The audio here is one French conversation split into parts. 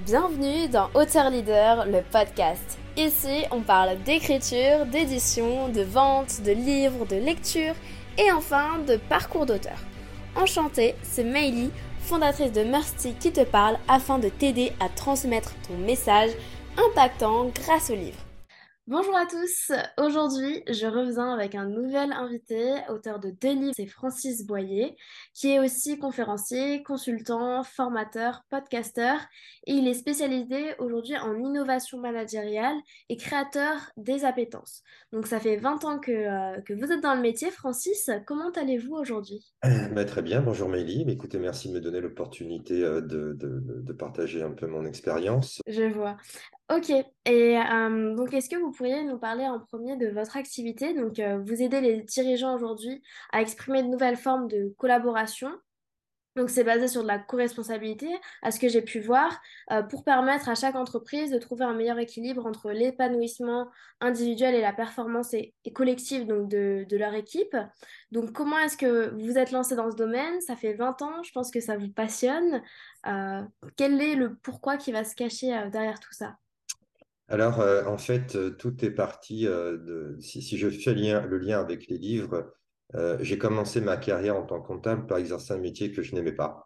Bienvenue dans Auteur Leader, le podcast. Ici, on parle d'écriture, d'édition, de vente, de livres, de lecture et enfin de parcours d'auteur. Enchantée, c'est Meili, fondatrice de Mercy qui te parle afin de t'aider à transmettre ton message impactant grâce au livre. Bonjour à tous, aujourd'hui je reviens avec un nouvel invité, auteur de 2 livres, c'est Francis Boyer, qui est aussi conférencier, consultant, formateur, podcasteur et il est spécialisé aujourd'hui en innovation managériale et créateur des appétences. Donc ça fait 20 ans que vous êtes dans le métier, Francis, comment allez-vous aujourd'hui? Très bien, bonjour Meili. Écoutez, merci de me donner l'opportunité de partager un peu mon expérience. Je vois. Ok, et donc est-ce que vous pourriez nous parler en premier de votre activité? Donc vous aidez les dirigeants aujourd'hui à exprimer de nouvelles formes de collaboration. Donc c'est basé sur de la co-responsabilité, à ce que j'ai pu voir, pour permettre à chaque entreprise de trouver un meilleur équilibre entre l'épanouissement individuel et la performance et collective donc de leur équipe. Donc comment est-ce que vous vous êtes lancé dans ce domaine? Ça fait 20 ans, je pense que ça vous passionne. Euh, Quel est le pourquoi qui va se cacher derrière tout ça? Alors, en fait, tout est parti si je fais le lien avec les livres, j'ai commencé ma carrière en tant que comptable par exercer un métier que je n'aimais pas.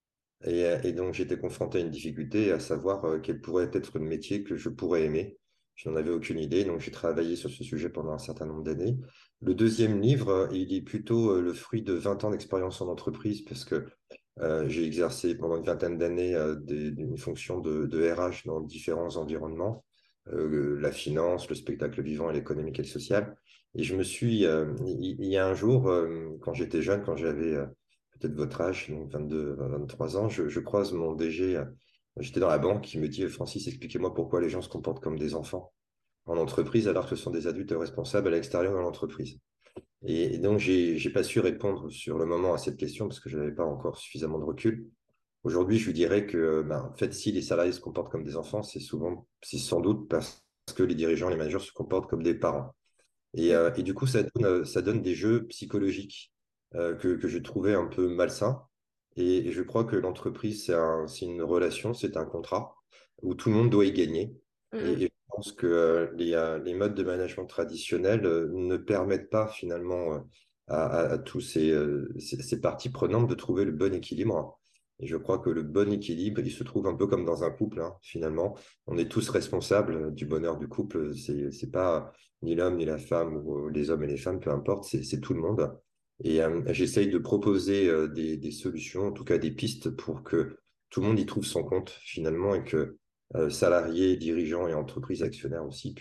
Et donc, j'étais confronté à une difficulté, à savoir quel pourrait être le métier que je pourrais aimer. Je n'en avais aucune idée, donc j'ai travaillé sur ce sujet pendant un certain nombre d'années. Le deuxième livre, il est plutôt le fruit de 20 ans d'expérience en entreprise, parce que j'ai exercé pendant une vingtaine d'années une fonction de RH dans différents environnements, la finance, le spectacle vivant et l'économique et le social. Et il y a un jour, quand j'étais jeune, quand j'avais peut-être votre âge, donc 22, 23 ans, je croise mon DG, j'étais dans la banque, qui me dit, Francis, expliquez-moi pourquoi les gens se comportent comme des enfants en entreprise alors que ce sont des adultes responsables à l'extérieur de l'entreprise. Et donc, j'ai pas su répondre sur le moment à cette question parce que je n'avais pas encore suffisamment de recul. Aujourd'hui, je lui dirais que, en fait, si les salariés se comportent comme des enfants, c'est sans doute parce que les dirigeants, les managers se comportent comme des parents. Et du coup, ça donne des jeux psychologiques que je trouvais un peu malsains. Et je crois que l'entreprise, c'est une relation, c'est un contrat où tout le monde doit y gagner. Et je pense que les modes de management traditionnels ne permettent pas finalement à tous ces parties prenantes de trouver le bon équilibre. Et je crois que le bon équilibre, il se trouve un peu comme dans un couple, hein, finalement. On est tous responsables du bonheur du couple. C'est pas ni l'homme ni la femme, ou les hommes et les femmes, peu importe, c'est tout le monde. Et j'essaye de proposer des solutions, en tout cas des pistes, pour que tout le monde y trouve son compte finalement et que salariés, dirigeants et entreprises actionnaires aussi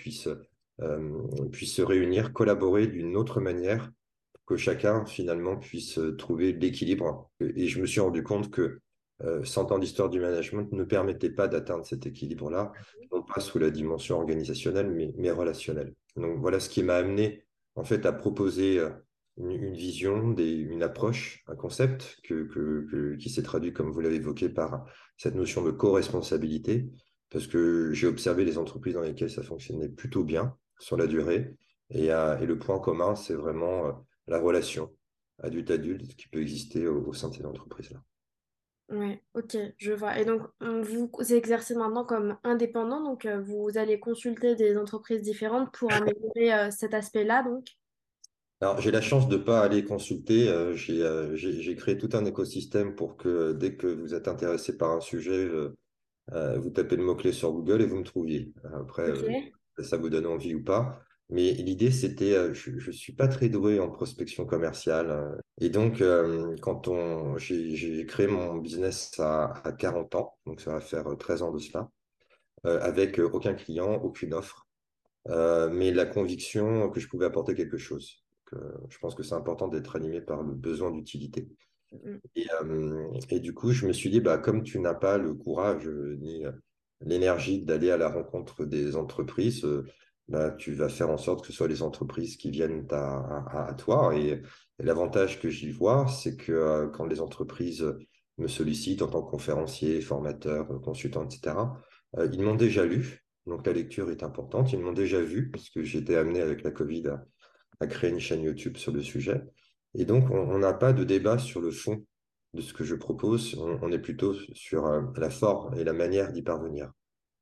puissent se réunir, collaborer d'une autre manière, pour que chacun finalement puisse trouver l'équilibre. Et je me suis rendu compte que 100 ans d'histoire du management ne permettait pas d'atteindre cet équilibre-là, non pas sous la dimension organisationnelle, mais relationnelle. Donc voilà ce qui m'a amené en fait à proposer une vision, une approche, un concept qui s'est traduit, comme vous l'avez évoqué, par cette notion de co-responsabilité, parce que j'ai observé les entreprises dans lesquelles ça fonctionnait plutôt bien sur la durée. Et le point commun, c'est vraiment la relation adulte-adulte qui peut exister au sein de ces entreprises-là. Ouais, ok, je vois. Et donc, vous exercez maintenant comme indépendant, donc vous allez consulter des entreprises différentes pour améliorer cet aspect-là, donc. Alors, j'ai la chance de ne pas aller consulter. J'ai créé tout un écosystème pour que dès que vous êtes intéressé par un sujet, vous tapez le mot-clé sur Google et vous me trouviez. Après, Ok. ça vous donne envie ou pas. Mais l'idée, c'était, je ne suis pas très doué en prospection commerciale. Et donc, j'ai créé mon business à 40 ans, donc ça va faire 13 ans de cela, avec aucun client, aucune offre, mais la conviction que je pouvais apporter quelque chose. Je pense que c'est important d'être animé par le besoin d'utilité. Mm. Et du coup, je me suis dit, bah, comme tu n'as pas le courage ni l'énergie d'aller à la rencontre des entreprises, bah, tu vas faire en sorte que ce soit les entreprises qui viennent à toi. Et l'avantage que j'y vois, c'est que quand les entreprises me sollicitent en tant que conférencier, formateur, consultant, etc., ils m'ont déjà lu. Donc la lecture est importante. Ils m'ont déjà vu, parce que j'ai été amené avec la Covid à créer une chaîne YouTube sur le sujet. Et donc, on n'a pas de débat sur le fond de ce que je propose. On est plutôt sur la forme et la manière d'y parvenir.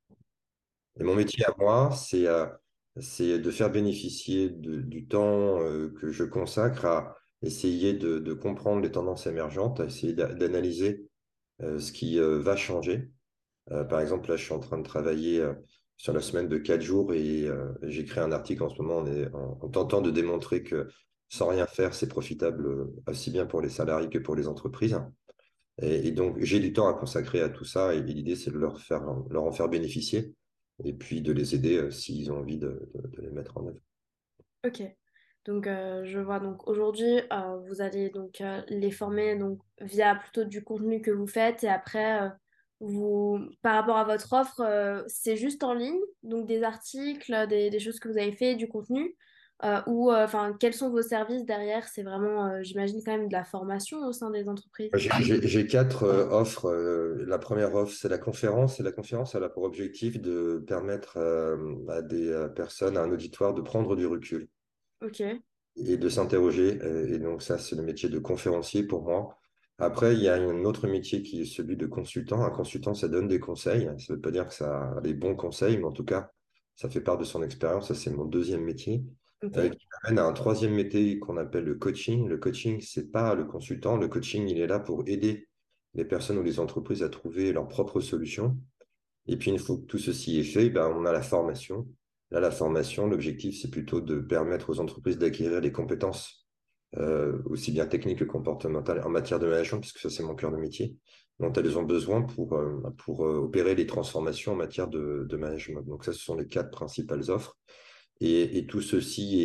Et mon métier à moi, c'est de faire bénéficier du temps que je consacre à essayer de comprendre les tendances émergentes, à essayer d'analyser ce qui va changer. Par exemple, là, je suis en train de travailler sur la semaine de 4 jours et j'ai créé un article en ce moment en tentant de démontrer que sans rien faire, c'est profitable aussi bien pour les salariés que pour les entreprises. Et donc, j'ai du temps à consacrer à tout ça et l'idée, c'est de leur en faire bénéficier et puis de les aider s'ils ont envie de les mettre en œuvre. Ok. Donc, je vois. Donc, aujourd'hui, vous allez donc les former donc via plutôt du contenu que vous faites et après, par rapport à votre offre, c'est juste en ligne, donc des articles, des choses que vous avez fait, du contenu, ou enfin, quels sont vos services derrière? C'est vraiment, j'imagine quand même de la formation au sein des entreprises. J'ai quatre offres. La première offre, c'est la conférence. Et la conférence, elle a pour objectif de permettre à des personnes, à un auditoire, de prendre du recul Ok. et de s'interroger. Et donc ça, c'est le métier de conférencier pour moi. Après, il y a un autre métier qui est celui de consultant. Un consultant, ça donne des conseils. Ça ne veut pas dire que ça a des bons conseils, mais en tout cas, ça fait part de son expérience. Ça, c'est mon deuxième métier. Ok. Qui m'amène à un troisième métier qu'on appelle le coaching. Le coaching, c'est pas le consultant. Le coaching, il est là pour aider les personnes ou les entreprises à trouver leurs propres solutions. Et puis, une fois que tout ceci est fait, ben, on a la formation. Là, la formation, l'objectif, c'est plutôt de permettre aux entreprises d'acquérir des compétences, aussi bien techniques que comportementales, en matière de management, puisque ça, c'est mon cœur de métier, dont elles ont besoin pour opérer les transformations en matière de management. Donc, ça, ce sont les quatre principales offres. Et tout ceci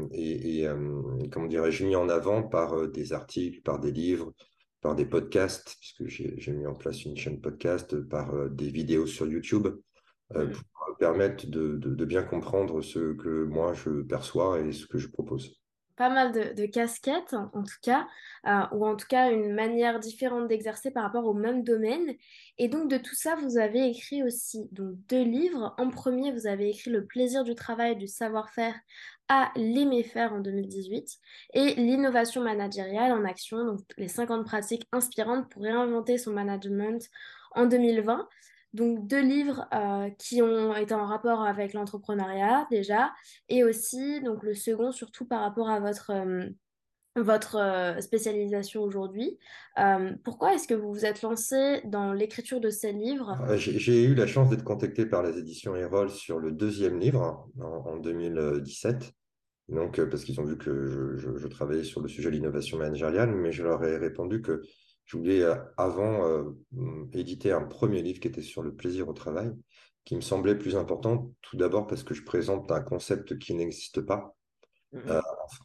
comment dirais-je, mis en avant par des articles, par des livres, par des podcasts, puisque j'ai mis en place une chaîne podcast, par des vidéos sur YouTube, Mm. pour permettre de bien comprendre ce que moi je perçois et ce que je propose. Pas mal de casquettes, en tout cas, ou en tout cas une manière différente d'exercer par rapport au même domaine. Et donc de tout ça, vous avez écrit aussi donc deux livres. En premier, vous avez écrit Le plaisir du travail et du savoir-faire à l'aimer faire en 2018 et L'innovation managériale en action, donc les 50 pratiques inspirantes pour réinventer son management en 2020. Donc deux livres qui ont été en rapport avec l'entrepreneuriat déjà et aussi, donc le second, surtout par rapport à votre spécialisation aujourd'hui. Pourquoi est-ce que vous vous êtes lancé dans l'écriture de ces livres? J'ai eu la chance d'être contacté par les éditions Erol sur le deuxième livre en 2017. Donc, parce qu'ils ont vu que je travaillais sur le sujet de l'innovation managériale, mais je leur ai répondu que je voulais avant éditer un premier livre qui était sur le plaisir au travail, qui me semblait plus important, tout d'abord parce que je présente un concept qui n'existe pas. Euh, Mhm.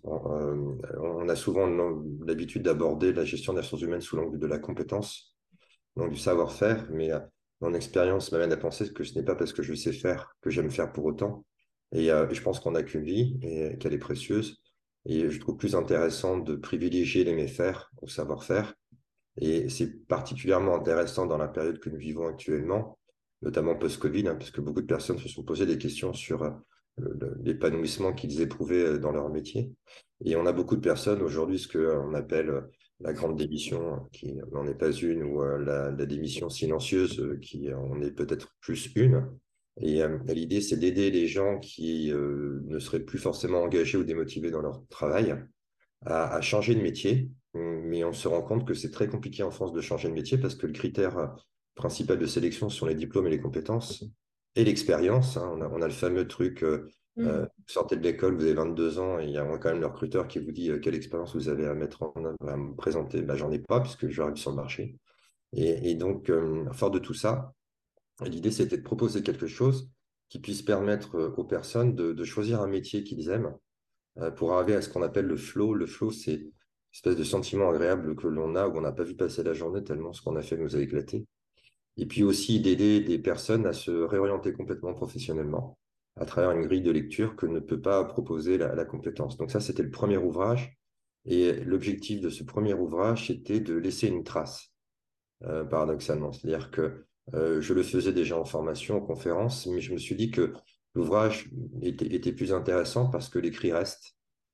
on a souvent l'habitude d'aborder la gestion des ressources humaines sous l'angle de la compétence, donc du savoir-faire, mais mon expérience m'amène à penser que ce n'est pas parce que je sais faire que j'aime faire pour autant. Et je pense qu'on n'a qu'une vie et qu'elle est précieuse. Et je trouve plus intéressant de privilégier l'aimer faire au savoir-faire. Et c'est particulièrement intéressant dans la période que nous vivons actuellement, notamment post-Covid, parce que beaucoup de personnes se sont posées des questions sur l'épanouissement qu'ils éprouvaient dans leur métier. Et on a beaucoup de personnes aujourd'hui, ce qu'on appelle la grande démission, qui n'en est pas une, ou la démission silencieuse, qui en est peut-être plus une. Et l'idée, c'est d'aider les gens qui ne seraient plus forcément engagés ou démotivés dans leur travail à changer de métier, mais on se rend compte que c'est très compliqué en France de changer de métier parce que le critère principal de sélection sont les diplômes et les compétences et l'expérience, hein. On a le fameux truc, Mhm. vous sortez de l'école, vous avez 22 ans et il y a quand même le recruteur qui vous dit quelle expérience vous avez à mettre en œuvre, à me présenter. Ben, j'en ai pas puisque j'arrive sur le marché. Et donc, fort de tout ça, l'idée c'était de proposer quelque chose qui puisse permettre aux personnes de choisir un métier qu'ils aiment pour arriver à ce qu'on appelle le flow. Le flow, c'est une espèce de sentiment agréable que l'on a où on n'a pas vu passer la journée tellement ce qu'on a fait nous a éclaté. Et puis aussi d'aider des personnes à se réorienter complètement professionnellement à travers une grille de lecture que ne peut pas proposer la compétence. Donc ça, c'était le premier ouvrage. Et l'objectif de ce premier ouvrage, c'était de laisser une trace, paradoxalement. C'est-à-dire que je le faisais déjà en formation, en conférence, mais je me suis dit que l'ouvrage était plus intéressant parce que l'écrit reste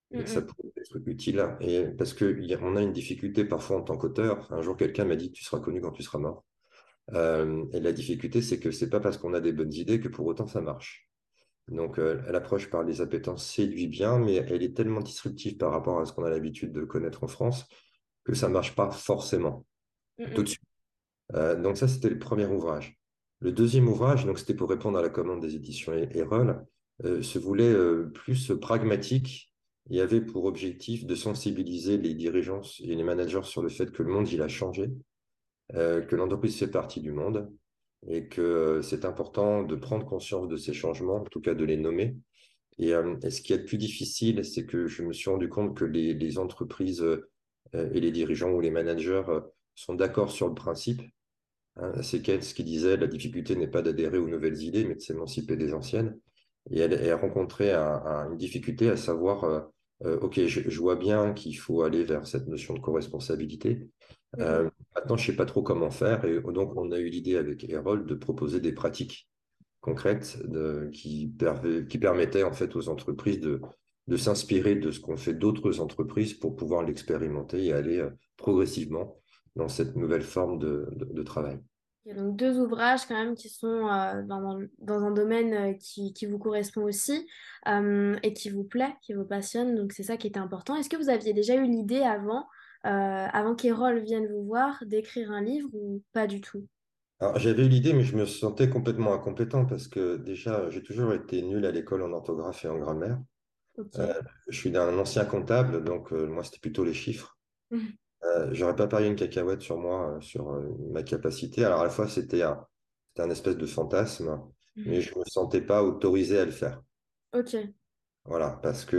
et que Mm, ça pourrait être utile. Et parce qu'on a une difficulté parfois en tant qu'auteur. Un jour, quelqu'un m'a dit que tu seras connu quand tu seras mort. Et la difficulté, c'est que c'est pas parce qu'on a des bonnes idées que pour autant ça marche. Donc, l'approche par les appétences séduit bien, mais elle est tellement disruptive par rapport à ce qu'on a l'habitude de connaître en France que ça marche pas forcément mm, tout de mm, suite. Donc ça, c'était le premier ouvrage. Le deuxième ouvrage, donc c'était pour répondre à la commande des éditions Erol, se voulait plus pragmatique et avait pour objectif de sensibiliser les dirigeants et les managers sur le fait que le monde, il a changé, que l'entreprise fait partie du monde et que c'est important de prendre conscience de ces changements, en tout cas de les nommer. Et ce qui est le plus difficile, c'est que je me suis rendu compte que les entreprises et les dirigeants ou les managers sont d'accord sur le principe. Hein. C'est Keynes qui disait la difficulté n'est pas d'adhérer aux nouvelles idées, mais de s'émanciper des anciennes. Et elle rencontrait une difficulté à savoir, OK, je vois bien qu'il faut aller vers cette notion de co-responsabilité. mm, mm. Maintenant, je ne sais pas trop comment faire. Et donc, on a eu l'idée avec Erol de proposer des pratiques concrètes qui permettaient en fait aux entreprises de s'inspirer de ce qu'ont fait d'autres entreprises pour pouvoir l'expérimenter et aller progressivement dans cette nouvelle forme de travail. Il y a donc deux ouvrages quand même qui sont dans un domaine qui vous correspond aussi et qui vous plaît, qui vous passionne. Donc c'est ça qui était important. Est-ce que vous aviez déjà eu l'idée avant qu'Erol vienne vous voir, d'écrire un livre ou pas du tout? Alors, j'avais eu l'idée, mais je me sentais complètement incompétent parce que déjà, j'ai toujours été nul à l'école en orthographe et en grammaire. Ok. Euh, je suis d'un ancien comptable, donc moi, c'était plutôt les chiffres. J'aurais pas parié une cacahuète sur moi, sur ma capacité. Alors, à la fois, c'était un espèce de fantasme, mais je me sentais pas autorisé à le faire. Ok. Voilà,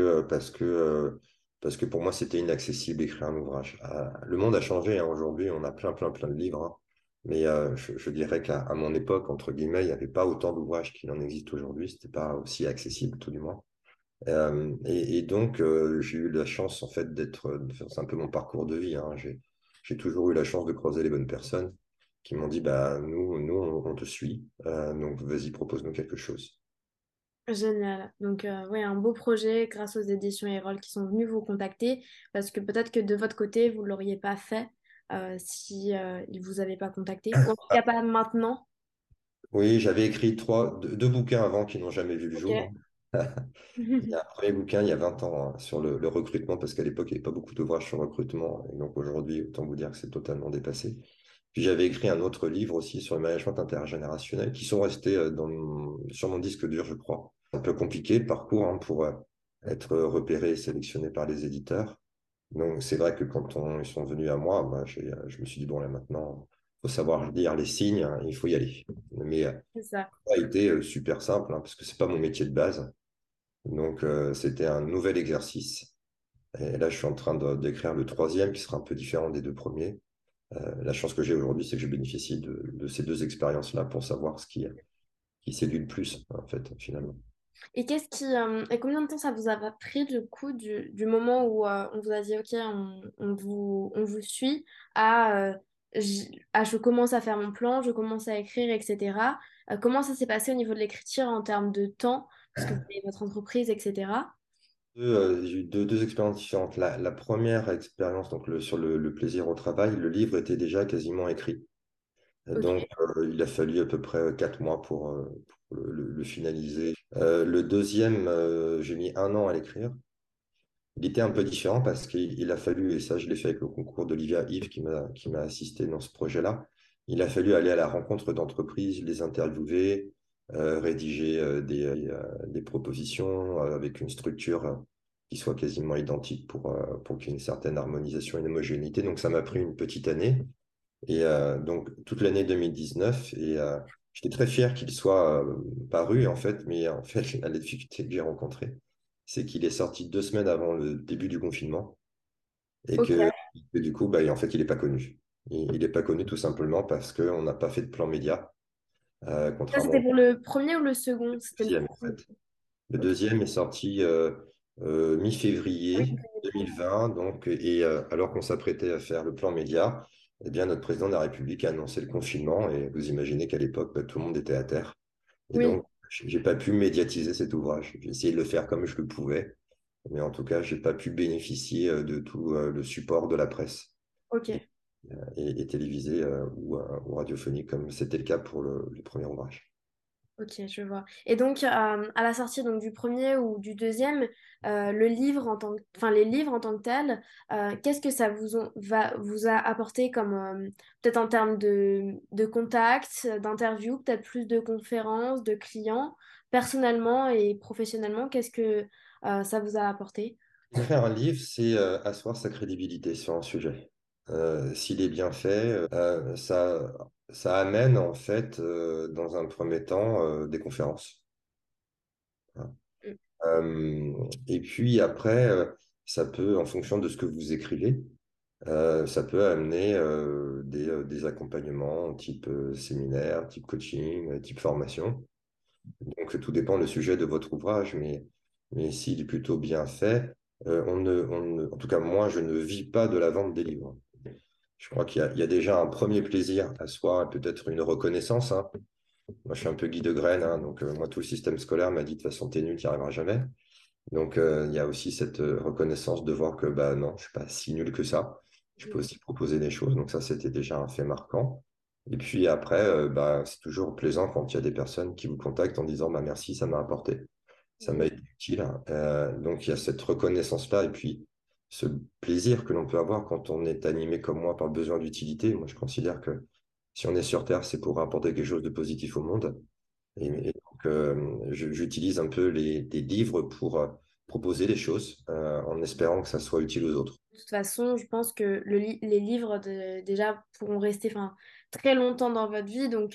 parce que pour moi, c'était inaccessible d'écrire un ouvrage. Le monde a changé, hein, aujourd'hui, on a plein de livres, hein. Mais je dirais qu'à mon époque, entre guillemets, il n'y avait pas autant d'ouvrages qu'il en existe aujourd'hui. C'était pas aussi accessible, tout du moins. Et donc, j'ai eu la chance, en fait, c'est un peu mon parcours de vie, hein. J'ai toujours eu la chance de croiser les bonnes personnes qui m'ont dit, bah, nous, on te suit, donc vas-y, propose-nous quelque chose. Génial. Donc, ouais, un beau projet grâce aux éditions Erol qui sont venus vous contacter parce que peut-être que de votre côté, vous ne l'auriez pas fait si ils vous avaient pas contacté. Ou en tout cas, pas maintenant. Oui, j'avais écrit deux bouquins avant qui n'ont jamais vu le Ok. jour. Il y a un premier bouquin il y a 20 ans, hein, sur le recrutement, parce qu'à l'époque, il n'y avait pas beaucoup d'ouvrages sur le recrutement. Et donc aujourd'hui, autant vous dire que c'est totalement dépassé. Puis j'avais écrit un autre livre aussi sur le management intergénérationnel qui sont restés sur mon disque dur, je crois. Un peu compliqué le parcours, hein, pour être repéré et sélectionné par les éditeurs. Donc c'est vrai que quand ils sont venus à moi, bah, je me suis dit, bon là maintenant, il faut savoir lire les signes, hein, il faut y aller. Mais C'est ça. ça a été super simple, hein, parce que c'est pas mon métier de base. Donc, c'était un nouvel exercice. Et là, je suis en train d'écrire le troisième, qui sera un peu différent des deux premiers. La chance que j'ai aujourd'hui, c'est que je bénéficie de ces deux expériences-là pour savoir qui séduit le plus, en fait, finalement. Et combien de temps ça vous a pris du coup du moment où on vous a dit ok, on vous suit à, je commence à faire mon plan, je commence à écrire, etc. Comment ça s'est passé au niveau de l'écriture en termes de temps, parce que vous avez votre entreprise, etc. J'ai eu deux expériences différentes. La première expérience, donc sur le plaisir au travail, le livre était déjà quasiment écrit. Donc, Ok. il a fallu à peu près 4 mois pour le finaliser. Le deuxième, j'ai mis 1 an à l'écrire. Il était un peu différent parce qu'il a fallu, et ça je l'ai fait avec le concours d'Olivia Yves qui m'a assisté dans ce projet-là, il a fallu aller à la rencontre d'entreprises, les interviewer, rédiger des propositions avec une structure qui soit quasiment identique pour qu'il y ait une certaine harmonisation et une homogénéité. Donc ça m'a pris une petite année, et donc toute l'année 2019, et j'étais très fier qu'il soit paru en fait, mais en fait la difficulté que j'ai rencontrée, c'est qu'il est sorti 2 semaines avant le début du confinement et Ok. que du coup, bah, en fait, il n'est pas connu. Il n'est pas connu tout simplement parce qu'on n'a pas fait de plan média, Ça, contrairement c'était au pour le premier ou le second? C'était le deuxième en premier. fait. Le Ok. deuxième est sorti Ah oui, mi-février oui. 2020, donc, et alors qu'on s'apprêtait à faire le plan média, eh bien, notre président de la République a annoncé le confinement, et vous imaginez qu'à l'époque, bah, tout le monde était à terre. Et Oui. donc, j'ai pas pu médiatiser cet ouvrage. J'ai essayé de le faire comme je le pouvais. Mais en tout cas, j'ai pas pu bénéficier de tout le support de la presse Ok. et télévisée ou radiophonique, comme c'était le cas pour le premier ouvrage. Ok, je vois. Et donc, à la sortie donc, du premier ou du deuxième, le livre en tant que, enfin, les livres en tant que tels, qu'est-ce que ça vous a apporté comme, peut-être en termes de contacts, d'interviews, peut-être plus de conférences, de clients, personnellement et professionnellement, qu'est-ce que ça vous a apporté? Écrire un livre, c'est asseoir sa crédibilité sur un sujet. S'il est bien fait, ça amène en fait, dans un premier temps, des conférences. Hein. Mm. Et puis après, ça peut, en fonction de ce que vous écrivez, ça peut amener des accompagnements type séminaire, type coaching, type formation. Donc tout dépend le sujet de votre ouvrage, mais s'il est plutôt bien fait, en tout cas moi, je ne vis pas de la vente des livres. Je crois qu'il y a déjà un premier plaisir à soi, et peut-être une reconnaissance, hein. Moi, je suis un peu Guy de Graine, hein, donc moi, tout le système scolaire m'a dit de toute façon, t'es nul, tu n'y arriveras jamais. Donc, il y a aussi cette reconnaissance de voir que bah, non, je ne suis pas si nul que ça. Je peux aussi proposer des choses. Donc, ça, c'était déjà un fait marquant. Et puis après, bah, c'est toujours plaisant quand il y a des personnes qui vous contactent en disant bah, merci, ça m'a apporté. Ça m'a Mhm. été utile. Donc, il y a cette reconnaissance-là. Et puis, ce plaisir que l'on peut avoir quand on est animé comme moi par le besoin d'utilité. Moi, je considère que si on est sur Terre, c'est pour apporter quelque chose de positif au monde. Et donc, j'utilise un peu des livres pour proposer des choses en espérant que ça soit utile aux autres. De toute façon, je pense que les livres déjà pourront rester enfin, très longtemps dans votre vie. Donc,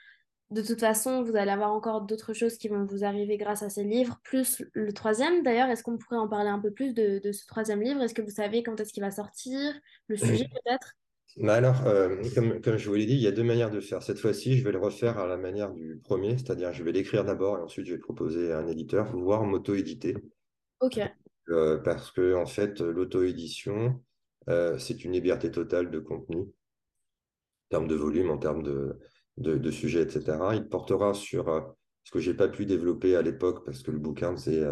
de toute façon, vous allez avoir encore d'autres choses qui vont vous arriver grâce à ces livres. Plus le troisième, d'ailleurs, est-ce qu'on pourrait en parler un peu plus de ce troisième livre? Est-ce que vous savez quand est-ce qu'il va sortir? Le sujet peut-être? Mais alors, comme je vous l'ai dit, il y a deux manières de faire. Cette fois-ci, je vais le refaire à la manière du premier, c'est-à-dire je vais l'écrire d'abord et ensuite je vais le proposer à un éditeur, voire m'auto-éditer. Ok, Parce que, en fait, l'auto-édition, c'est une liberté totale de contenu, en termes de volume, en termes de sujets, etc. Il portera sur ce que j'ai pas pu développer à l'époque, parce que le bouquin, c'est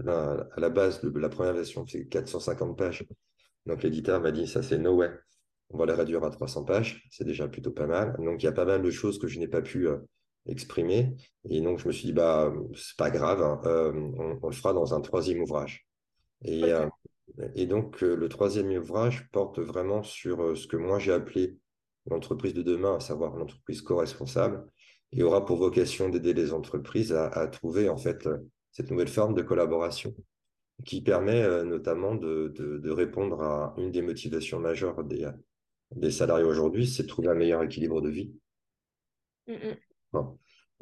à la base, la première version, c'est 450 pages. Donc l'éditeur m'a dit, ça c'est no way. On va les réduire à 300 pages, c'est déjà plutôt pas mal. Donc il y a pas mal de choses que je n'ai pas pu exprimer. Et donc je me suis dit, bah, c'est pas grave, hein, on le fera dans un troisième ouvrage. Et, ok, euh, et donc, le troisième ouvrage porte vraiment sur ce que moi j'ai appelé l'entreprise de demain, à savoir l'entreprise co-responsable, et aura pour vocation d'aider les entreprises à trouver en fait cette nouvelle forme de collaboration qui permet notamment de répondre à une des motivations majeures des salariés aujourd'hui, c'est de trouver un meilleur équilibre de vie. Mm, mm. Bon.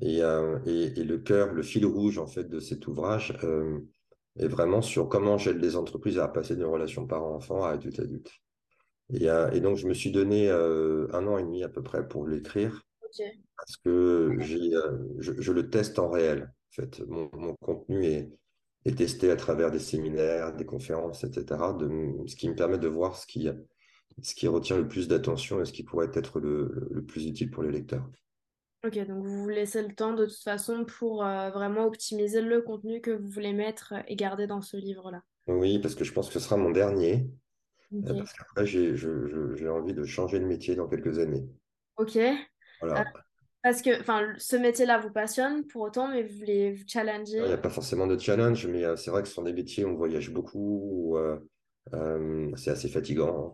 Et le cœur, le fil rouge en fait de cet ouvrage est vraiment sur comment j'aide les entreprises à passer d'une relation parent-enfant à adulte-adulte. Et donc je me suis donné 1 an et demi à peu près pour l'écrire Ok. parce que je le teste en réel. En fait, mon contenu est testé à travers des séminaires, des conférences, etc. Ce qui me permet de voir ce qui retient le plus d'attention et ce qui pourrait être le plus utile pour les lecteurs. Ok, donc vous vous laissez le temps de toute façon pour vraiment optimiser le contenu que vous voulez mettre et garder dans ce livre-là. Oui, parce que je pense que ce sera mon dernier. Ok. Parce qu'après, j'ai envie de changer de métier dans quelques années. Ok. Voilà. Parce que enfin, ce métier-là vous passionne pour autant, mais vous voulez vous Il n'y challenger. a pas forcément de challenge, mais c'est vrai que ce sont des métiers où on voyage beaucoup, où, c'est assez fatigant.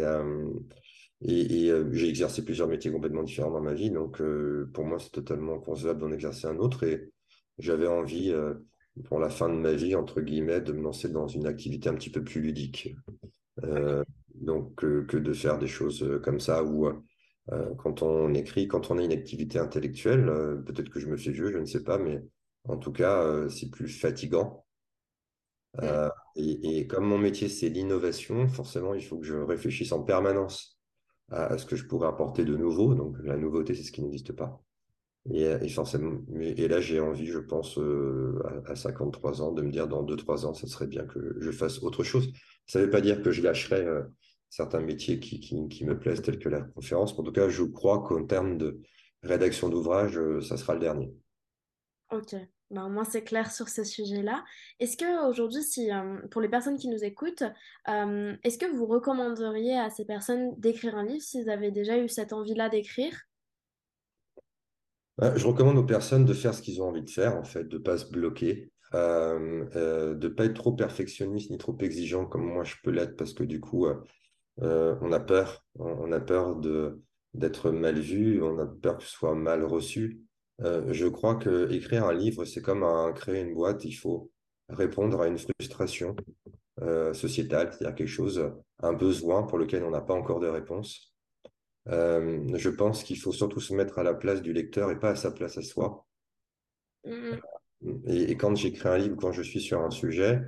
Et j'ai exercé plusieurs métiers complètement différents dans ma vie, donc pour moi, c'est totalement concevable d'en exercer un autre. Et j'avais envie, pour la fin de ma vie, entre guillemets, de me lancer dans une activité un petit peu plus ludique. Ok. Euh, donc, que de faire des choses comme ça, où quand on écrit, quand on a une activité intellectuelle, peut-être que je me fais vieux, je ne sais pas, mais en tout cas, c'est plus fatigant. Mm. Euh, et comme mon métier, c'est l'innovation, forcément, il faut que je réfléchisse en permanence à ce que je pourrais apporter de nouveau. Donc, la nouveauté, c'est ce qui n'existe pas. Et forcément, et là, j'ai envie, je pense, à 53 ans, de me dire dans 2 3 ans, ça serait bien que je fasse autre chose. Ça ne veut pas dire que je lâcherai certains métiers qui me plaisent, tels que la conférence. En tout cas, je crois qu'en termes de rédaction d'ouvrage, ça sera le dernier. Ok. Ben, au moins, c'est clair sur ce sujet-là. Est-ce que aujourd'hui, si, pour les personnes qui nous écoutent, est-ce que vous recommanderiez à ces personnes d'écrire un livre s'ils avaient déjà eu cette envie-là d'écrire? Je recommande aux personnes de faire ce qu'ils ont envie de faire, en fait, de ne pas se bloquer, de ne pas être trop perfectionniste ni trop exigeant comme moi je peux l'être, parce que du coup, on a peur, on a peur d'être mal vu, on a peur que ce soit mal reçu. Je crois que écrire un livre, c'est comme créer une boîte, il faut répondre à une frustration sociétale, c'est-à-dire quelque chose, un besoin pour lequel on n'a pas encore de réponse. Je pense qu'il faut surtout se mettre à la place du lecteur et pas à sa place à soi. Mm, Et quand j'écris un livre, quand je suis sur un sujet,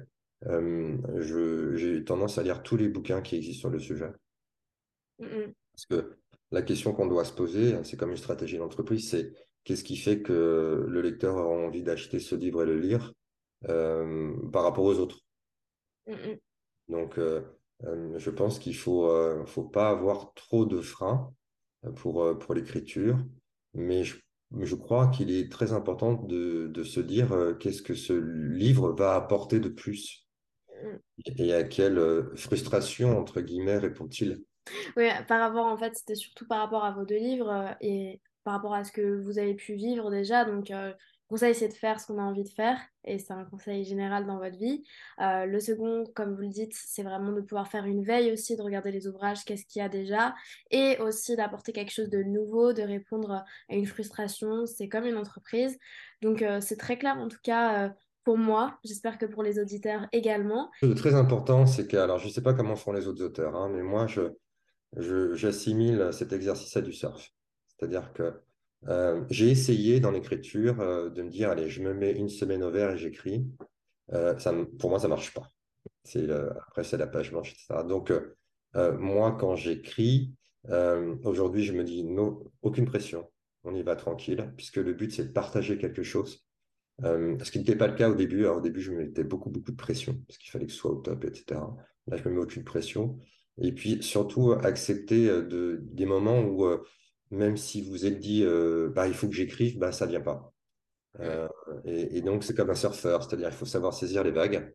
j'ai tendance à lire tous les bouquins qui existent sur le sujet. mm, mm, Parce que la question qu'on doit se poser, c'est comme une stratégie d'entreprise, c'est qu'est-ce qui fait que le lecteur aura envie d'acheter ce livre et le lire par rapport aux autres. mm, mm, Donc, je pense qu'il faut pas avoir trop de freins pour l'écriture, mais je crois qu'il est très important de se dire qu'est-ce que ce livre va apporter de plus mm. et à quelle frustration, entre guillemets, répond-il. Oui, par rapport, en fait, c'était surtout par rapport à vos deux livres et par rapport à ce que vous avez pu vivre déjà. Donc, le conseil, c'est de faire ce qu'on a envie de faire et c'est un conseil général dans votre vie. Le second, comme vous le dites, c'est vraiment de pouvoir faire une veille aussi, de regarder les ouvrages, qu'est-ce qu'il y a déjà et aussi d'apporter quelque chose de nouveau, de répondre à une frustration. C'est comme une entreprise. Donc, c'est très clair en tout cas pour moi. J'espère que pour les auditeurs également. Chose de très important, c'est que, alors je ne sais pas comment font les autres auteurs, hein, mais moi, j'assimile cet exercice à du surf. C'est-à-dire que j'ai essayé dans l'écriture de me dire, allez, je me mets une semaine au vert et j'écris. Pour moi, ça marche pas. Après, c'est la page blanche, etc. Donc, moi, quand j'écris, aujourd'hui, je me dis, non, aucune pression. On y va tranquille, puisque le but, c'est de partager quelque chose. Ce qui n'était pas le cas au début. Alors, au début, je me mettais beaucoup, beaucoup de pression, parce qu'il fallait que ce soit au top, etc. Là, je me mets aucune pression. Et puis, surtout, accepter des moments où, même si vous êtes dit, bah, il faut que j'écrive, bah, ça vient pas. Mm, Euh, et donc, c'est comme un surfeur, c'est-à-dire il faut savoir saisir les vagues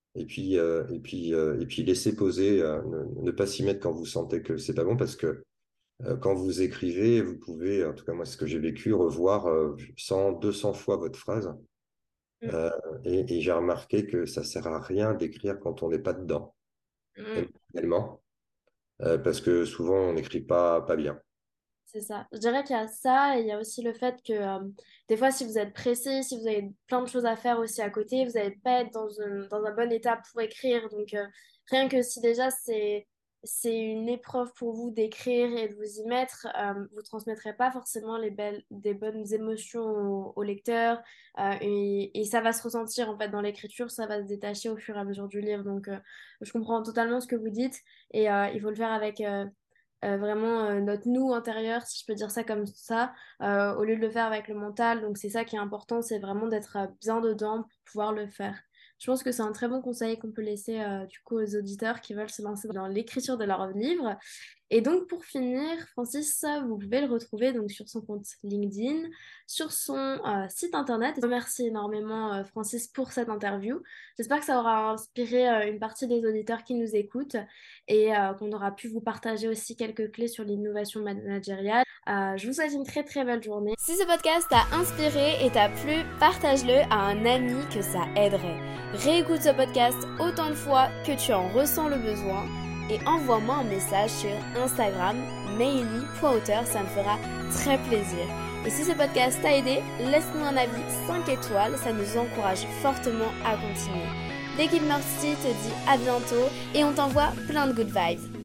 et puis laisser poser, ne pas s'y mettre quand vous sentez que c'est pas bon, parce que quand vous écrivez, vous pouvez, en tout cas moi, c'est ce que j'ai vécu, revoir 100, 200 fois votre phrase. mm, Euh, et j'ai remarqué que ça sert à rien d'écrire quand on n'est pas dedans, mm. émotionnellement, parce que souvent on n'écrit pas bien. C'est ça. Je dirais qu'il y a ça et il y a aussi le fait que des fois, si vous êtes pressé, si vous avez plein de choses à faire aussi à côté, vous n'allez pas être dans un bon état pour écrire. Donc, rien que si déjà c'est une épreuve pour vous d'écrire et de vous y mettre, vous transmettrez pas forcément des bonnes émotions au lecteur et ça va se ressentir en fait dans l'écriture, ça va se détacher au fur et à mesure du livre. Donc, je comprends totalement ce que vous dites et il faut le faire avec vraiment notre nous intérieur, si je peux dire ça comme ça, au lieu de le faire avec le mental. Donc c'est ça qui est important, c'est vraiment d'être bien dedans pour pouvoir le faire. Je pense que c'est un très bon conseil qu'on peut laisser du coup aux auditeurs qui veulent se lancer dans l'écriture de leur livre. Et donc pour finir, Francis, vous pouvez le retrouver donc sur son compte LinkedIn, sur son site internet. Je remercie énormément Francis pour cette interview. J'espère que ça aura inspiré une partie des auditeurs qui nous écoutent et qu'on aura pu vous partager aussi quelques clés sur l'innovation managériale. Je vous souhaite une très très belle journée. Si ce podcast t'a inspiré et t'a plu, partage-le à un ami que ça aiderait. Réécoute ce podcast autant de fois que tu en ressens le besoin et envoie-moi un message sur Instagram, maily.auteur, ça me fera très plaisir. Et si ce podcast t'a aidé, laisse-nous un avis 5 étoiles, ça nous encourage fortement à continuer. L'équipe Mercy te dit à bientôt et on t'envoie plein de good vibes.